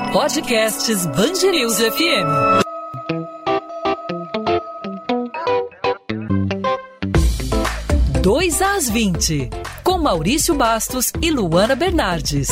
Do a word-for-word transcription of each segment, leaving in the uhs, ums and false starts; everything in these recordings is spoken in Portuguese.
Podcasts Band News F M. dois às vinte, com Maurício Bastos e Luana Bernardes.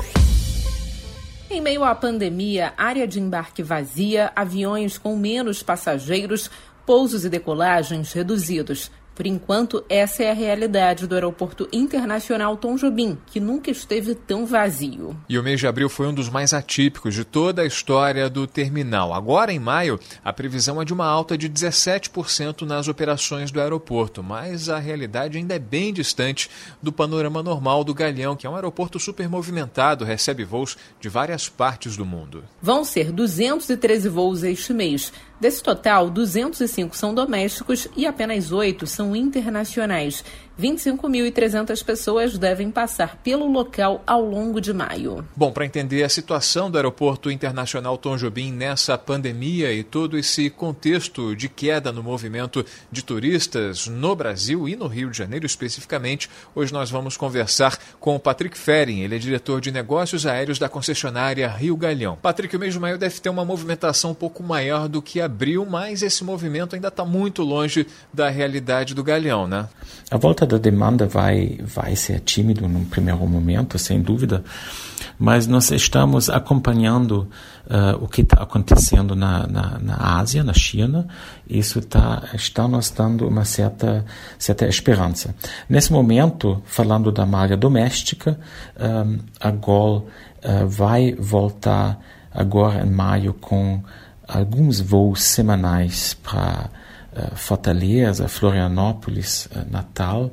Em meio à pandemia, área de embarque vazia, aviões com menos passageiros, pousos e decolagens reduzidos. Por enquanto, essa é a realidade do Aeroporto Internacional Tom Jobim, que nunca esteve tão vazio. E o mês de abril foi um dos mais atípicos de toda a história do terminal. Agora, em maio, a previsão é de uma alta de dezessete por cento nas operações do aeroporto, mas a realidade ainda é bem distante do panorama normal do Galeão, que é um aeroporto super movimentado, recebe voos de várias partes do mundo. Vão ser duzentos e treze voos este mês. Desse total, duzentos e cinco são domésticos e apenas oito são internacionais. vinte e cinco mil e trezentas pessoas devem passar pelo local ao longo de maio. Bom, para entender a situação do Aeroporto Internacional Tom Jobim nessa pandemia e todo esse contexto de queda no movimento de turistas no Brasil e no Rio de Janeiro especificamente, hoje nós vamos conversar com o Patrick Ferin. Ele é diretor de negócios aéreos da concessionária Rio Galeão. Patrick, o mês de maio deve ter uma movimentação um pouco maior do que abril, mas esse movimento ainda está muito longe da realidade do Galeão, né? A volta da demanda vai, vai ser tímido num primeiro momento, sem dúvida, mas nós estamos acompanhando uh, o que está acontecendo na, na, na Ásia, na China. Isso tá, está nos dando uma certa, certa esperança. Nesse momento, falando da malha doméstica, um, a Gol uh, vai voltar agora em maio com alguns voos semanais para uh, Fortaleza, Florianópolis, uh, Natal,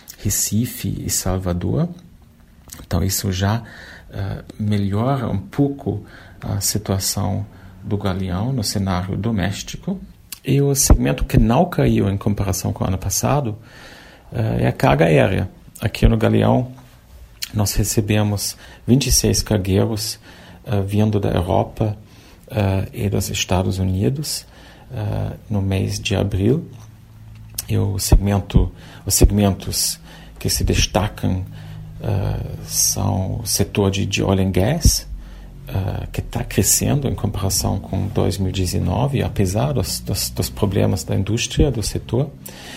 Recife e Salvador. Então isso já uh, melhora um pouco a situação do Galeão no cenário doméstico. E o segmento que não caiu em comparação com o ano passado uh, é a carga aérea. Aqui no Galeão nós recebemos vinte e seis cargueiros uh, vindo da Europa Uh, e dos Estados Unidos uh, no mês de abril. E o segmento, os segmentos que se destacam uh, são o setor de, de oil and gas, uh, que está crescendo em comparação com dois mil e dezenove, apesar dos, dos, dos problemas da indústria do setor.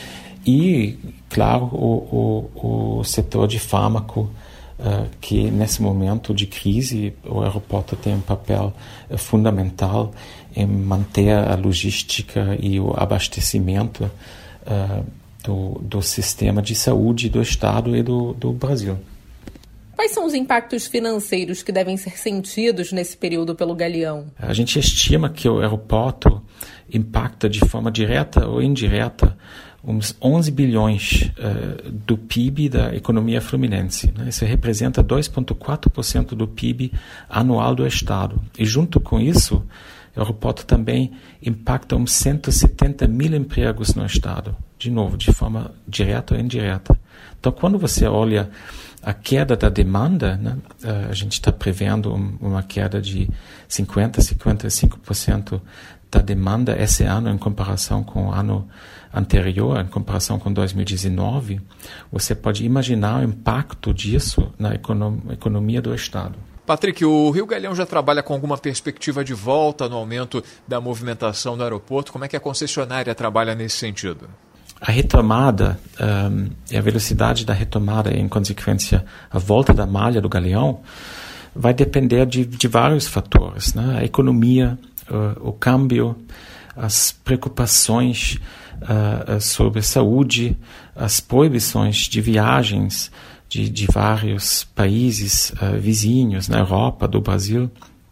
E, claro, o, o, o setor de fármaco, Uh, que nesse momento de crise o aeroporto tem um papel uh, fundamental em manter a logística e o abastecimento uh, do, do sistema de saúde do Estado e do, do Brasil. Quais são os impactos financeiros que devem ser sentidos nesse período pelo Galeão? A gente estima que o aeroporto impacta de forma direta ou indireta uns onze bilhões uh, do P I B da economia fluminense. Né? Isso representa dois vírgula quatro por cento do P I B anual do Estado. E junto com isso, o aeroporto também impacta uns cento e setenta mil empregos no Estado. De novo, de forma direta ou indireta. Então, quando você olha a queda da demanda, né, uh, a gente está prevendo um, uma queda de cinquenta por cento, cinquenta e cinco por cento da demanda esse ano em comparação com o ano anterior, em comparação com dois mil e dezenove, você pode imaginar o impacto disso na econom- economia do Estado. Patrick, o Rio Galeão já trabalha com alguma perspectiva de volta no aumento da movimentação no aeroporto? Como é que a concessionária trabalha nesse sentido? A retomada um, e a velocidade da retomada, e, em consequência, a volta da malha do Galeão, vai depender de, de vários fatores, né? A economia, uh, o câmbio, as preocupações uh, sobre saúde, as proibições de viagens de, de vários países uh, vizinhos na Europa, do Brasil,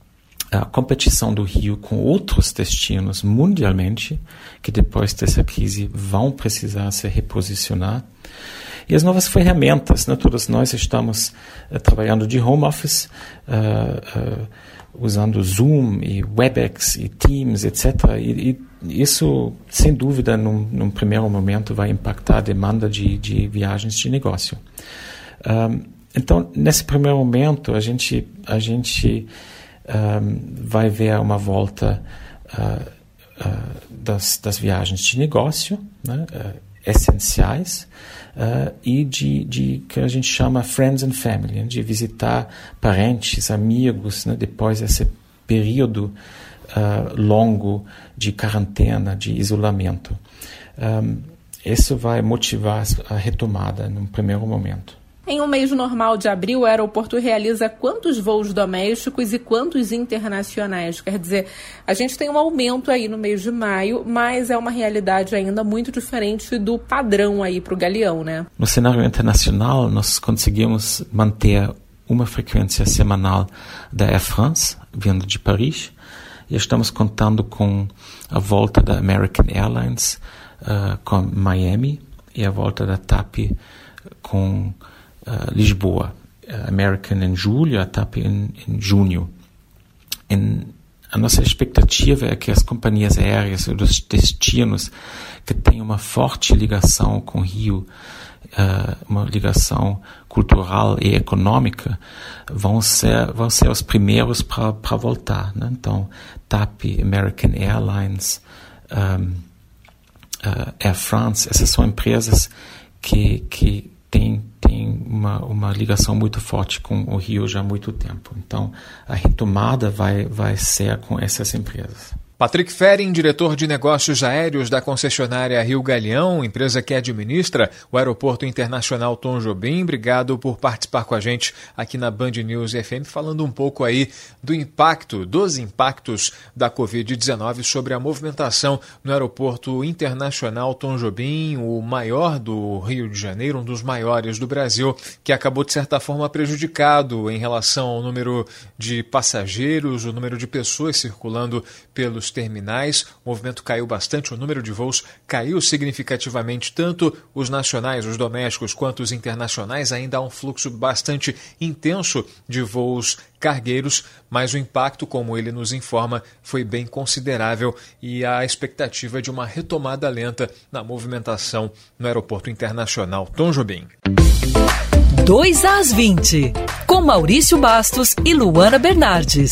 a competição do Rio com outros destinos mundialmente, que depois dessa crise vão precisar se reposicionar. E as novas ferramentas, né? Todos nós estamos uh, trabalhando de home office, uh, uh, usando Zoom e Webex e Teams, etcétera. E, e isso, sem dúvida, num, num primeiro momento vai impactar a demanda de, de viagens de negócio. Um, então, nesse primeiro momento, a gente, a gente um, vai ver uma volta uh, uh, das, das viagens de negócio, né? uh, essenciais, uh, e de, de que a gente chama friends and family, né? De visitar parentes, amigos, né? Depois desse período uh, longo de quarentena, de isolamento. Um, isso vai motivar a retomada num primeiro momento. Em um mês normal de abril, o aeroporto realiza quantos voos domésticos e quantos internacionais? Quer dizer, a gente tem um aumento aí no mês de maio, mas é uma realidade ainda muito diferente do padrão aí para o Galeão, né? No cenário internacional, nós conseguimos manter uma frequência semanal da Air France, vindo de Paris, e estamos contando com a volta da American Airlines uh, com Miami e a volta da T A P com Uh, Lisboa, uh, American em julho, a T A P em, em junho. Em, a nossa expectativa é que as companhias aéreas e os destinos que têm uma forte ligação com o Rio, uh, uma ligação cultural e econômica, vão ser, vão ser os primeiros para voltar, né? Então, T A P, American Airlines, um, uh, Air France, essas são empresas que, que têm tem uma, uma ligação muito forte com o Rio já há muito tempo. Então, a retomada vai, vai ser com essas empresas. Patrick Fering, diretor de negócios aéreos da concessionária Rio Galeão, empresa que administra o Aeroporto Internacional Tom Jobim. Obrigado por participar com a gente aqui na Band News F M, falando um pouco aí do impacto, dos impactos da covid dezenove sobre a movimentação no Aeroporto Internacional Tom Jobim, o maior do Rio de Janeiro, um dos maiores do Brasil, que acabou de certa forma prejudicado em relação ao número de passageiros, o número de pessoas circulando pelos terminais. O movimento caiu bastante, o número de voos caiu significativamente, tanto os nacionais, os domésticos, quanto os internacionais. Ainda há um fluxo bastante intenso de voos cargueiros, mas o impacto, como ele nos informa, foi bem considerável e há a expectativa de uma retomada lenta na movimentação no Aeroporto Internacional Tom Jobim. dois às vinte, com Maurício Bastos e Luana Bernardes.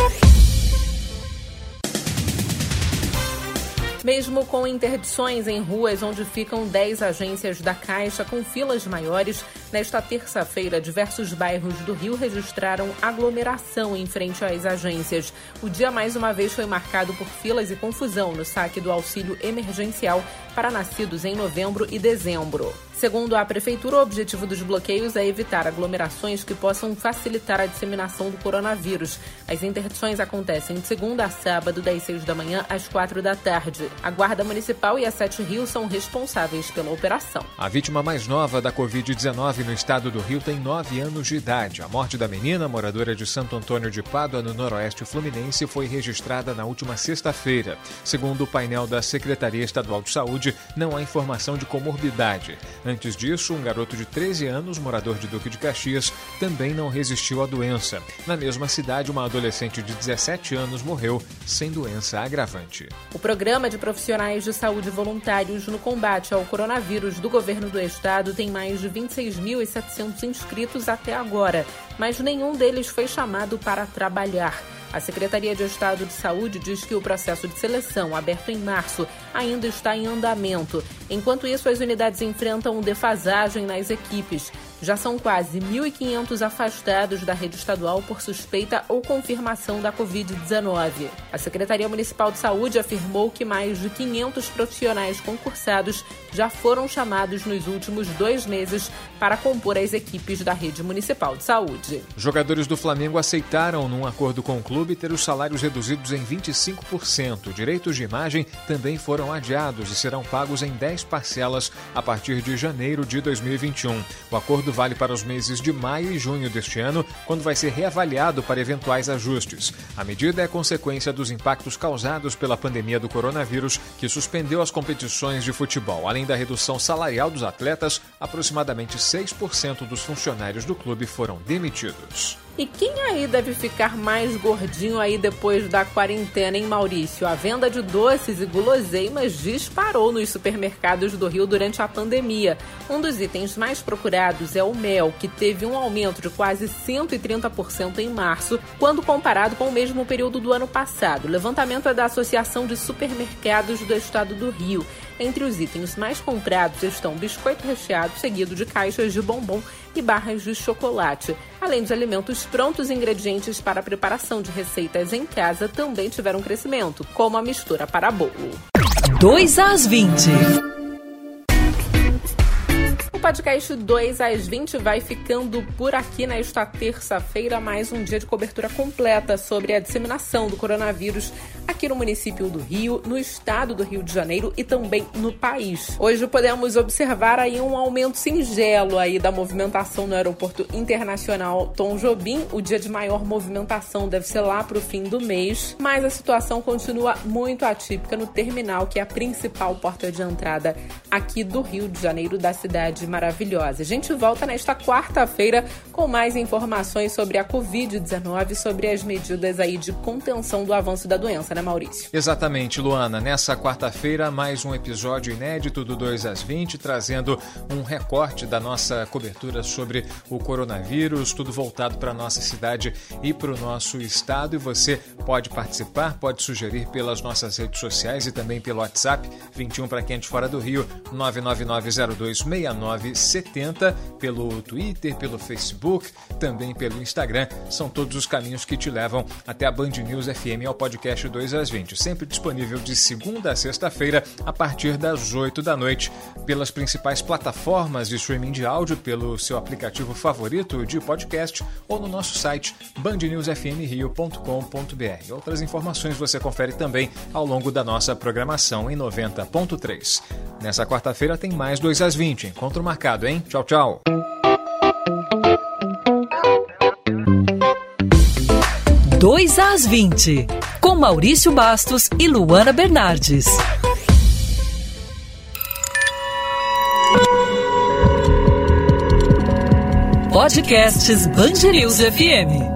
Mesmo com interdições em ruas onde ficam dez agências da Caixa com filas maiores, nesta terça-feira, diversos bairros do Rio registraram aglomeração em frente às agências. O dia, mais uma vez, foi marcado por filas e confusão no saque do auxílio emergencial para nascidos em novembro e dezembro. Segundo a Prefeitura, o objetivo dos bloqueios é evitar aglomerações que possam facilitar a disseminação do coronavírus. As interdições acontecem de segunda a sábado, das seis da manhã às quatro da tarde. A Guarda Municipal e a Sete Rios são responsáveis pela operação. A vítima mais nova da covid dezenove no estado do Rio tem nove anos de idade. A morte da menina, moradora de Santo Antônio de Pádua, no noroeste fluminense, foi registrada na última sexta-feira. Segundo o painel da Secretaria Estadual de Saúde, não há informação de comorbidade. Antes disso, um garoto de treze anos, morador de Duque de Caxias, também não resistiu à doença. Na mesma cidade, uma adolescente de dezessete anos morreu sem doença agravante. O programa de profissionais de saúde voluntários no combate ao coronavírus do governo do estado tem mais de vinte e seis mil e setecentos inscritos até agora, mas nenhum deles foi chamado para trabalhar. A Secretaria de Estado de Saúde diz que o processo de seleção, aberto em março, ainda está em andamento. Enquanto isso, as unidades enfrentam defasagem nas equipes. Já são quase mil e quinhentos afastados da rede estadual por suspeita ou confirmação da covid dezenove. A Secretaria Municipal de Saúde afirmou que mais de quinhentos profissionais concursados já foram chamados nos últimos dois meses para compor as equipes da rede municipal de saúde. Jogadores do Flamengo aceitaram, num acordo com o clube, ter os salários reduzidos em vinte e cinco por cento. Direitos de imagem também foram adiados e serão pagos em dez parcelas a partir de janeiro de dois mil e vinte e um. O acordo vale para os meses de maio e junho deste ano, quando vai ser reavaliado para eventuais ajustes. A medida é consequência dos impactos causados pela pandemia do coronavírus, que suspendeu as competições de futebol. Além da redução salarial dos atletas, aproximadamente seis por cento dos funcionários do clube foram demitidos. E quem aí deve ficar mais gordinho aí depois da quarentena, hein, Maurício? A venda de doces e guloseimas disparou nos supermercados do Rio durante a pandemia. Um dos itens mais procurados é o mel, que teve um aumento de quase cento e trinta por cento em março, quando comparado com o mesmo período do ano passado. O levantamento é da Associação de Supermercados do Estado do Rio. Entre os itens mais comprados estão biscoito recheado, seguido de caixas de bombom e barras de chocolate. Além de alimentos prontos, ingredientes para a preparação de receitas em casa também tiveram crescimento, como a mistura para bolo. dois às vinte. O podcast dois às vinte vai ficando por aqui nesta terça-feira, mais um dia de cobertura completa sobre a disseminação do coronavírus aqui no município do Rio, no estado do Rio de Janeiro e também no país. Hoje podemos observar aí um aumento singelo aí da movimentação no Aeroporto Internacional Tom Jobim. O dia de maior movimentação deve ser lá para o fim do mês, mas a situação continua muito atípica no terminal, que é a principal porta de entrada aqui do Rio de Janeiro, da cidade maravilhosa. A gente volta nesta quarta-feira com mais informações sobre a covid dezenove, sobre as medidas aí de contenção do avanço da doença, né, Maurício? Exatamente, Luana. Nessa quarta-feira, mais um episódio inédito do dois às vinte, trazendo um recorte da nossa cobertura sobre o coronavírus, tudo voltado para a nossa cidade e para o nosso estado. E você pode participar, pode sugerir pelas nossas redes sociais e também pelo WhatsApp, vinte e um para quem é de fora do Rio, nove nove nove zero dois seis nove sete zero, pelo Twitter, pelo Facebook, também pelo Instagram. São todos os caminhos que te levam até a Band News F M, ao podcast dois às vinte, sempre disponível de segunda a sexta-feira, a partir das oito da noite, pelas principais plataformas de streaming de áudio, pelo seu aplicativo favorito de podcast ou no nosso site band news f m rio ponto com ponto b r. Outras informações você confere também ao longo da nossa programação em noventa ponto três. Nessa quarta-feira tem mais dois às vinte. Encontro marcado, hein? Tchau, tchau. dois às vinte, com Maurício Bastos e Luana Bernardes. Podcasts Band News F M.